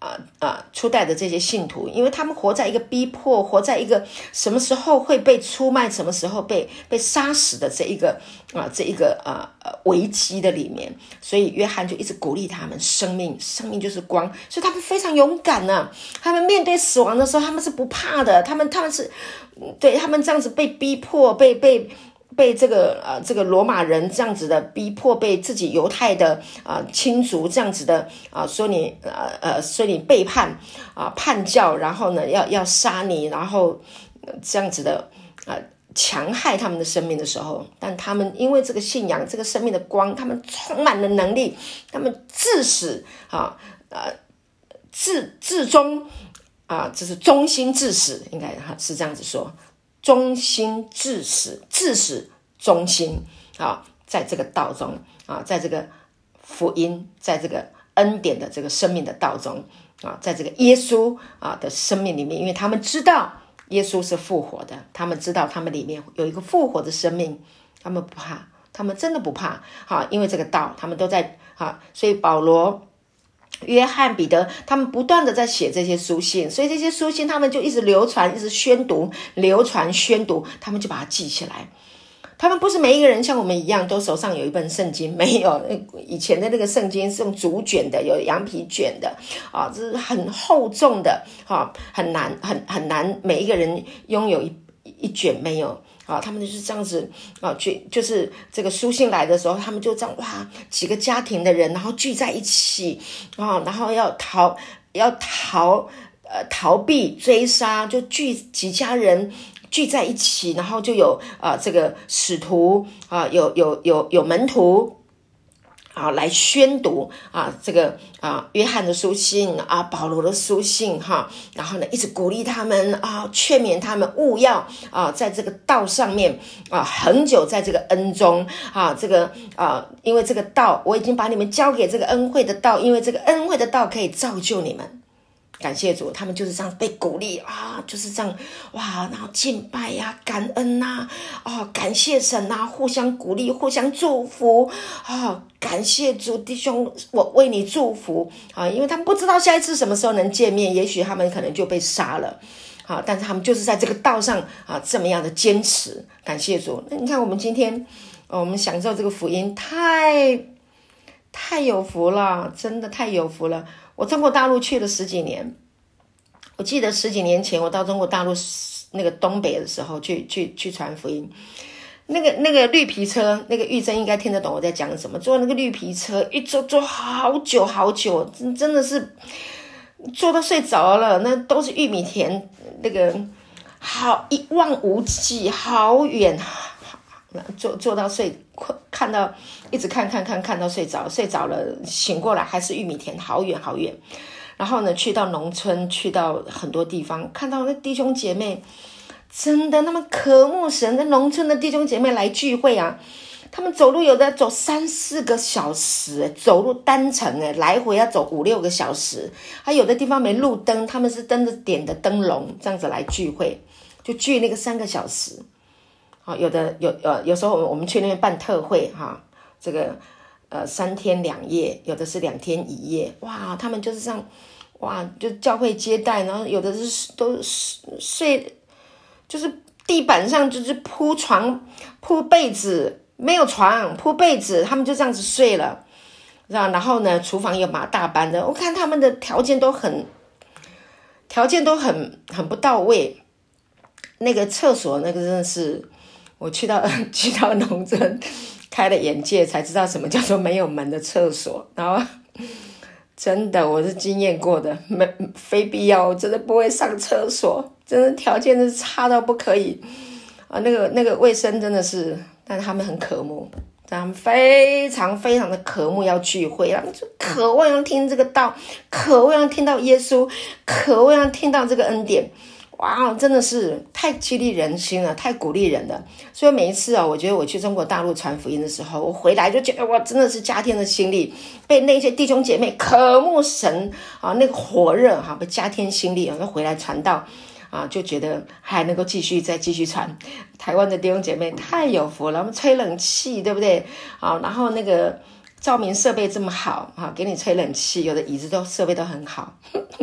啊啊初代的这些信徒，因为他们活在一个逼迫，活在一个什么时候会被出卖，什么时候被被杀死的这一个啊这一个啊呃危机的里面，所以约翰就一直鼓励他们，生命生命就是光，所以他们非常勇敢呢、啊。他们面对死亡的时候，他们是不怕的，他们他们是对他们这样子被逼迫，被被。被这个呃这个罗马人这样子的逼迫，被自己犹太的啊、呃、亲族这样子的啊、呃、说你呃呃说你背叛啊、呃、叛教，然后呢要要杀你，然后、呃、这样子的啊、呃、强害他们的生命的时候，但他们因为这个信仰，这个生命的光，他们充满了能力，他们至死啊呃至至终啊，这是忠心至死，应该哈是这样子说。忠心至死，至死忠心啊，在这个道中啊，在这个福音，在这个恩典的这个生命的道中啊，在这个耶稣啊的生命里面，因为他们知道耶稣是复活的，他们知道他们里面有一个复活的生命，他们不怕，他们真的不怕啊，因为这个道，他们都在啊，所以保罗。约翰、彼得他们不断的在写这些书信，所以这些书信他们就一直流传，一直宣读，流传宣读，他们就把它记起来。他们不是每一个人像我们一样都手上有一本圣经，没有，以前的那个圣经是用竹卷的，有羊皮卷的啊，这是很厚重的啊，很难很很难每一个人拥有一一卷，没有啊，他们就是这样子啊，就就是这个书信来的时候，他们就这样哇，几个家庭的人，然后聚在一起啊，然后要逃要逃呃逃避追杀，就聚几家人聚在一起，然后就有啊、呃、这个使徒啊、呃，有有有有门徒。啊，来宣读啊，这个啊，约翰的书信啊，保罗的书信哈，然后呢，一直鼓励他们啊，劝勉他们务要啊，在这个道上面啊，恒久在这个恩中啊，这个啊，因为这个道，我已经把你们交给这个恩惠的道，因为这个恩惠的道可以造就你们。感谢主，他们就是这样被鼓励啊，就是这样哇，然后敬拜呀、啊、感恩呐、啊，哦，感谢神呐、啊，互相鼓励，互相祝福啊、哦，感谢主弟兄，我为你祝福啊，因为他们不知道下一次什么时候能见面，也许他们可能就被杀了。好，但是他们就是在这个道上啊，这么样的坚持，感谢主。那你看我们今天，哦、我们享受这个福音，太太有福了，真的太有福了。我中国大陆去了十几年，我记得十几年前我到中国大陆那个东北的时候去去去传福音，那个那个绿皮车，那个玉珍应该听得懂我在讲什么。坐那个绿皮车一坐坐好久好久，真真的是坐到睡着了。那都是玉米田，那个好一望无际，好远，坐坐到睡，看到一直看看看看到睡着，睡着了醒过来还是玉米田，好远好远。然后呢，去到农村，去到很多地方，看到那弟兄姐妹真的那么渴慕神，那农村的弟兄姐妹来聚会啊，他们走路有的走三四个小时，走路单程来回要走五六个小时，还有的地方没路灯，他们是灯着点的灯笼这样子来聚会，就聚那个三个小时。好，有的有呃，有时候我们去那边办特会哈，这个呃三天两夜，有的是两天一夜，哇，他们就是这样，哇，就教会接待，然后有的是都睡，就是地板上就是铺床铺被子，没有床铺被子，他们就这样子睡了，然后呢，厨房有马大班的，我看他们的条件都很条件都很很不到位，那个厕所那个真的是。我去到去到农村，开了眼界，才知道什么叫做没有门的厕所。然后真的我是经验过的，没非必要我真的不会上厕所，真的条件是差到不可以啊！那个那个卫生真的是，但是他们很渴慕，他们非常非常的渴慕要聚会，他们就渴望要听这个道，渴望要听到耶稣，渴望要听到这个恩典。哇，真的是太激励人心了，太鼓励人了。所以每一次啊、哦，我觉得我去中国大陆传福音的时候，我回来就觉得哇，真的是加添了心力，被那些弟兄姐妹渴慕神啊，那个火热哈、啊，被加添心力，然后回来传道啊，就觉得还能够继续再继续传。台湾的弟兄姐妹太有福了，我们吹冷气，对不对？啊，然后那个照明设备这么好啊，给你吹冷气，有的椅子都设备都很好。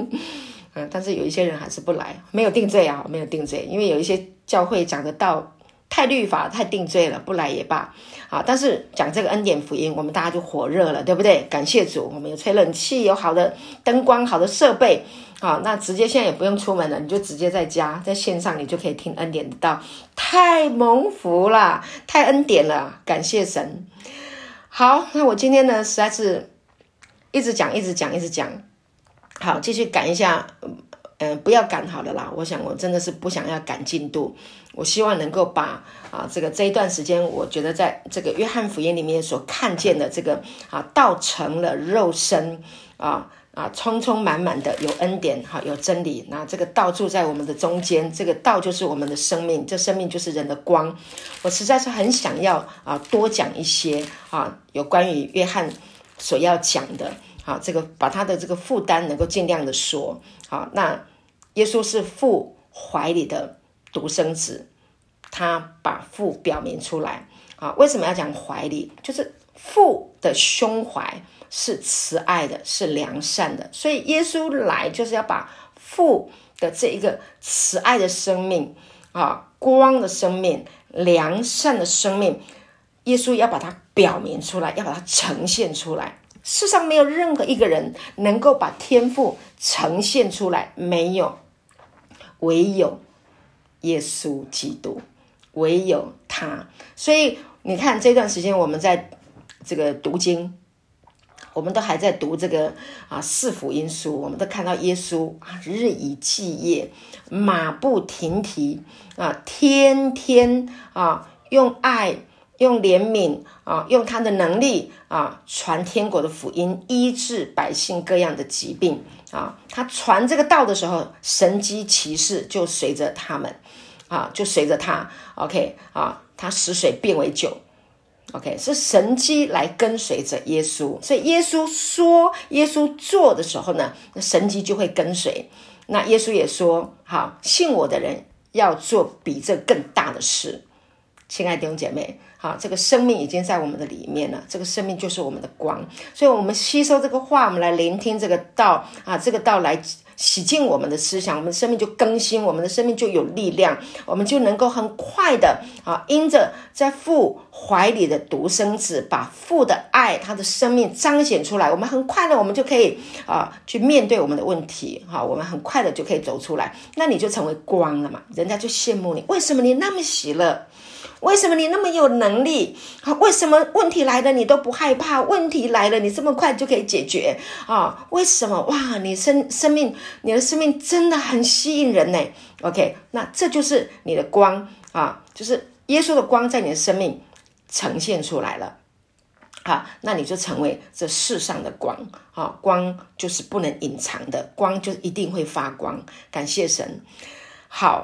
嗯，但是有一些人还是不来，没有定罪啊，没有定罪，因为有一些教会讲的道太律法太定罪了，不来也罢。好，但是讲这个恩典福音，我们大家就火热了，对不对？感谢主，我们有吹冷气，有好的灯光，好的设备。好，那直接现在也不用出门了，你就直接在家，在线上你就可以听恩典的道，太蒙福了，太恩典了，感谢神。好，那我今天呢，实在是一直讲，一直讲，一直讲。好，继续赶一下，嗯、呃，不要赶好了啦。我想我真的是不想要赶进度，我希望能够把啊这个这一段时间，我觉得在这个约翰福音里面所看见的这个啊道成了肉身啊。啊，充充满满的有恩典，好有真理。那这个道住在我们的中间，这个道就是我们的生命，这生命就是人的光。我实在是很想要啊多讲一些啊有关于约翰所要讲的，好，这个把他的这个负担能够尽量的说。好，那耶稣是父怀里的独生子，他把父表明出来。啊，为什么要讲怀里？就是父的胸怀是慈爱的，是良善的，所以耶稣来就是要把父的这一个慈爱的生命啊，光的生命，良善的生命，耶稣要把它表明出来，要把它呈现出来。世上没有任何一个人能够把天父呈现出来，没有，唯有耶稣基督，唯有他。所以你看这段时间我们在这个读经，我们都还在读这个啊四福音书，我们都看到耶稣啊日以继夜，马不停蹄啊，天天啊用爱用怜悯啊，用他的能力啊传天国的福音，医治百姓各样的疾病啊。他传这个道的时候，神迹奇事就随着他们啊，就随着他 OK 啊，他使水变为酒。OK， 是神迹来跟随着耶稣，所以耶稣说耶稣做的时候呢，神迹就会跟随。那耶稣也说，好，信我的人要做比这更大的事。亲爱的弟兄姐妹，好，这个生命已经在我们的里面了，这个生命就是我们的光，所以我们吸收这个话，我们来聆听这个道啊，这个道来洗净我们的思想，我们的生命就更新，我们的生命就有力量，我们就能够很快的啊，因着在父怀里的独生子，把父的爱，他的生命彰显出来，我们很快的，我们就可以啊去面对我们的问题，哈，我们很快的就可以走出来，那你就成为光了嘛，人家就羡慕你，为什么你那么喜乐？为什么你那么有能力？为什么问题来了你都不害怕？问题来了你这么快就可以解决啊？为什么？哇，你生生命，你的生命真的很吸引人呢。OK， 那这就是你的光啊，就是耶稣的光在你的生命呈现出来了。好，那你就成为这世上的光啊！光就是不能隐藏的，光就一定会发光。感谢神。好。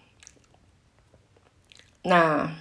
那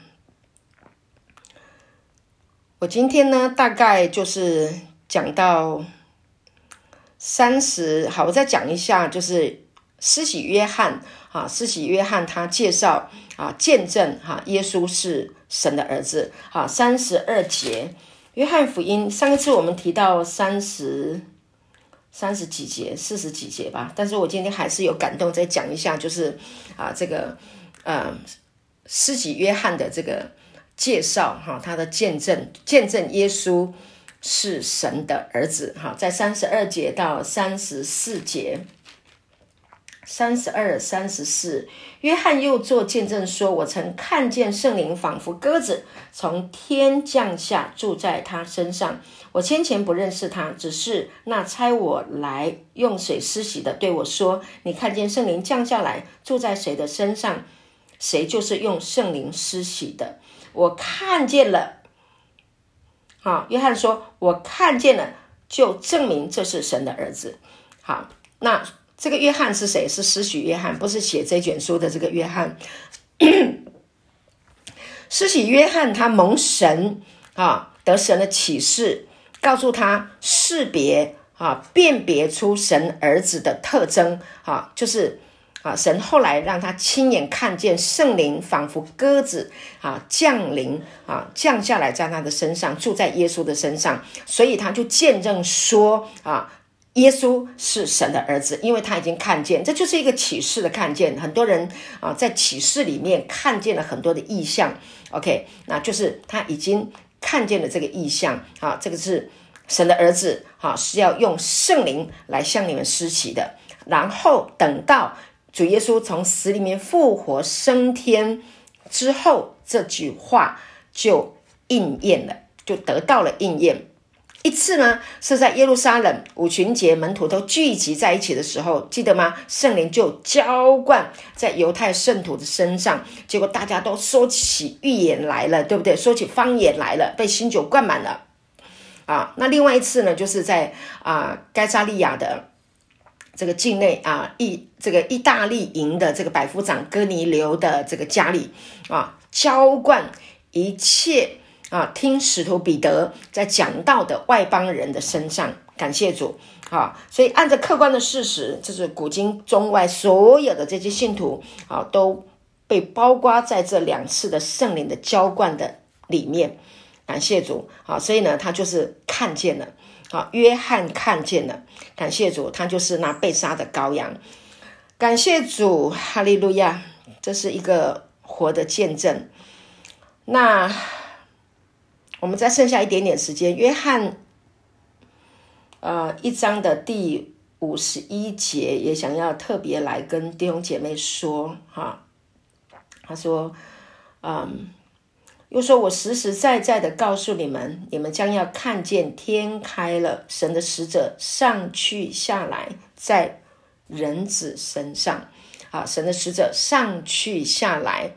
我今天呢，大概就是讲到三十，好，我再讲一下，就是施洗约翰啊，施洗约翰他介绍啊，见证哈、啊，耶稣是神的儿子，好，三十二节，约翰福音，上一次我们提到三十三十几节，四十几节吧，但是我今天还是有感动，再讲一下，就是啊，这个呃。施洗约翰的这个介绍哈，他的见证见证耶稣是神的儿子哈，在三十二节到三十四节，三十二、三十四，约翰又作见证说：“我曾看见圣灵仿佛鸽子从天降下，住在他身上。我先前不认识他，只是那差我来用水施洗的对我说：你看见圣灵降下来，住在谁的身上？谁就是用圣灵施洗的。我看见了。好，约翰说：我看见了，就证明这是神的儿子。好，那这个约翰是谁？是施洗约翰，不是写这卷书的这个约翰。施洗约翰他蒙神啊，得神的启示，告诉他识别啊，辨别出神儿子的特征啊，就是啊，神后来让他亲眼看见圣灵仿佛鸽子啊降临啊降下来在他的身上，住在耶稣的身上，所以他就见证说啊， 耶稣是神的儿子，因为他已经看见，这就是一个启示的看见。很多人啊，在启示里面看见了很多的意象 ，OK， 那就是他已经看见了这个意象啊，这个是神的儿子啊，是要用圣灵来向你们施洗的。然后等到主耶稣从死里面复活升天之后，这句话就应验了，就得到了应验。一次呢，是在耶路撒冷五旬节门徒都聚集在一起的时候，记得吗？圣灵就浇灌在犹太圣徒的身上，结果大家都说起预言来了，对不对？说起方言来了，被新酒灌满了啊。那另外一次呢，就是在啊该撒利亚的这个境内啊，意这个意大利营的这个百夫长哥尼流的这个家里啊，浇灌一切啊，听使徒彼得在讲道的外邦人的身上，感谢主啊！所以按照客观的事实，就是古今中外所有的这些信徒啊，都被包括在这两次的圣灵的浇灌的里面，感谢主啊！所以呢，他就是看见了啊，约翰看见了，感谢主，他就是那被杀的羔羊，感谢主，哈利路亚！这是一个活的见证。那我们再剩下一点点时间，约翰呃一章的第五十一节也想要特别来跟弟兄姐妹说哈，他说嗯又说我实实在在的告诉你们，你们将要看见天开了，神的使者上去下来在人子身上啊，神的使者上去下来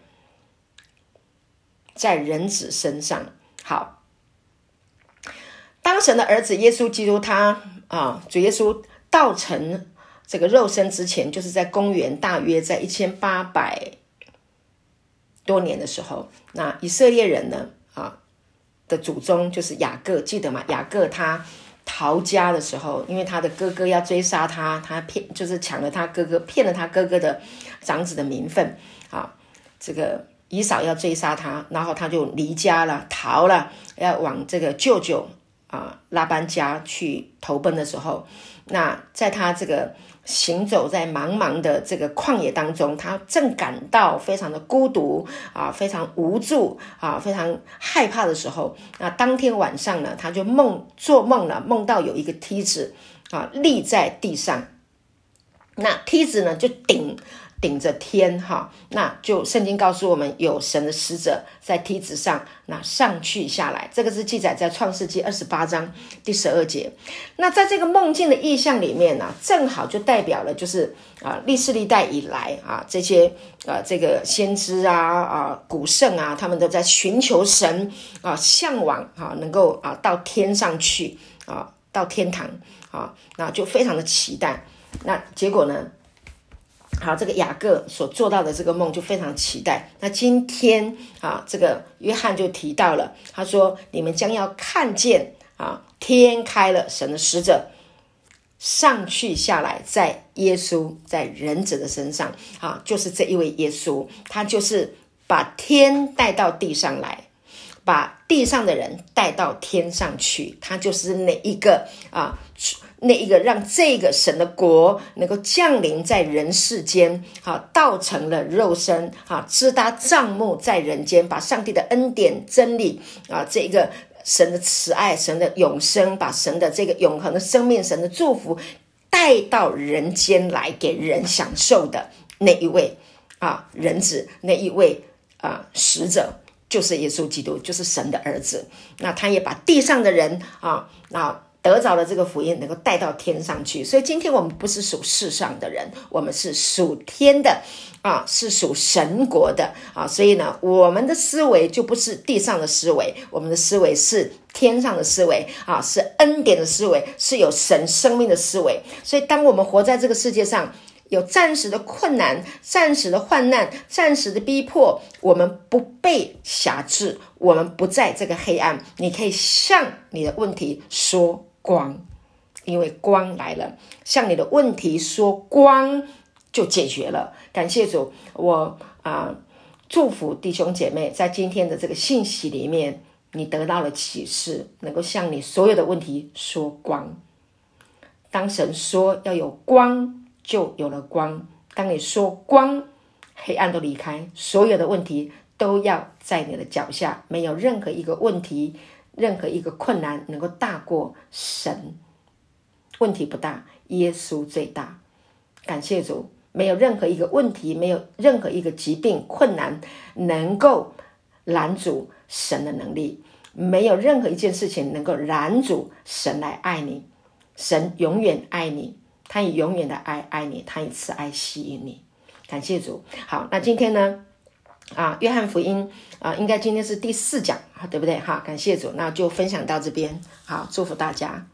在人子身上。好，当神的儿子耶稣基督他啊，主耶稣道成这个肉身之前，就是在公元大约在一千八百多年的时候，那以色列人呢啊的祖宗就是雅各，记得吗？雅各他逃家的时候，因为他的哥哥要追杀他，他骗就是抢了他哥哥，骗了他哥哥的长子的名分啊，这个以扫要追杀他，然后他就离家了，逃了，要往这个舅舅啊拉班家去投奔的时候，那在他这个行走在茫茫的这个旷野当中，他正感到非常的孤独啊，非常无助啊，非常害怕的时候，那当天晚上呢，他就梦做梦了，梦到有一个梯子啊立在地上，那梯子呢就顶顶着天哈，那就圣经告诉我们有神的使者在梯子上那上去下来，这个是记载在创世纪二十八章第十二节。那在这个梦境的意象里面呢、啊，正好就代表了就是啊历世历代以来啊这些啊这个先知啊啊古圣啊，他们都在寻求神啊，向往啊能够啊到天上去啊到天堂啊，那就非常的期待。那结果呢？好，这个雅各所做到的这个梦就非常期待。那今天啊，这个约翰就提到了，他说：“你们将要看见啊，天开了，神的使者上去下来，在耶稣在人子的身上啊，就是这一位耶稣，他就是把天带到地上来，把地上的人带到天上去，他就是那一个啊。”那一个让这个神的国能够降临在人世间，啊，道成了肉身，啊，支搭帐幕在人间，把上帝的恩典真理啊，这个神的慈爱，神的永生，把神的这个永恒的生命，神的祝福带到人间来给人享受的那一位啊人子，那一位啊使者，就是耶稣基督，就是神的儿子。那他也把地上的人啊那得着了这个福音，能够带到天上去。所以今天我们不是属世上的人，我们是属天的啊，是属神国的啊。所以呢，我们的思维就不是地上的思维，我们的思维是天上的思维啊，是恩典的思维，是有神生命的思维。所以当我们活在这个世界上，有暂时的困难，暂时的患难，暂时的逼迫，我们不被辖制，我们不在这个黑暗，你可以向你的问题说光，因为光来了，向你的问题说光就解决了。感谢主，我啊、呃、祝福弟兄姐妹在今天的这个信息里面，你得到了启示，能够向你所有的问题说光。 当神说要有光，就有了光。当你说光，黑暗都离开，所有的问题都要在你的脚下，没有任何一个问题，任何一个困难能够大过神。问题不大，耶稣最大。感谢主，没有任何一个问题，没有任何一个疾病困难能够拦阻神的能力，没有任何一件事情能够拦阻神来爱你。神永远爱你，他以永远的爱爱你，他以慈爱吸引你。感谢主。好，那今天呢啊，约翰福音啊，应该今天是第四讲，对不对？好，感谢主，那就分享到这边。好，祝福大家。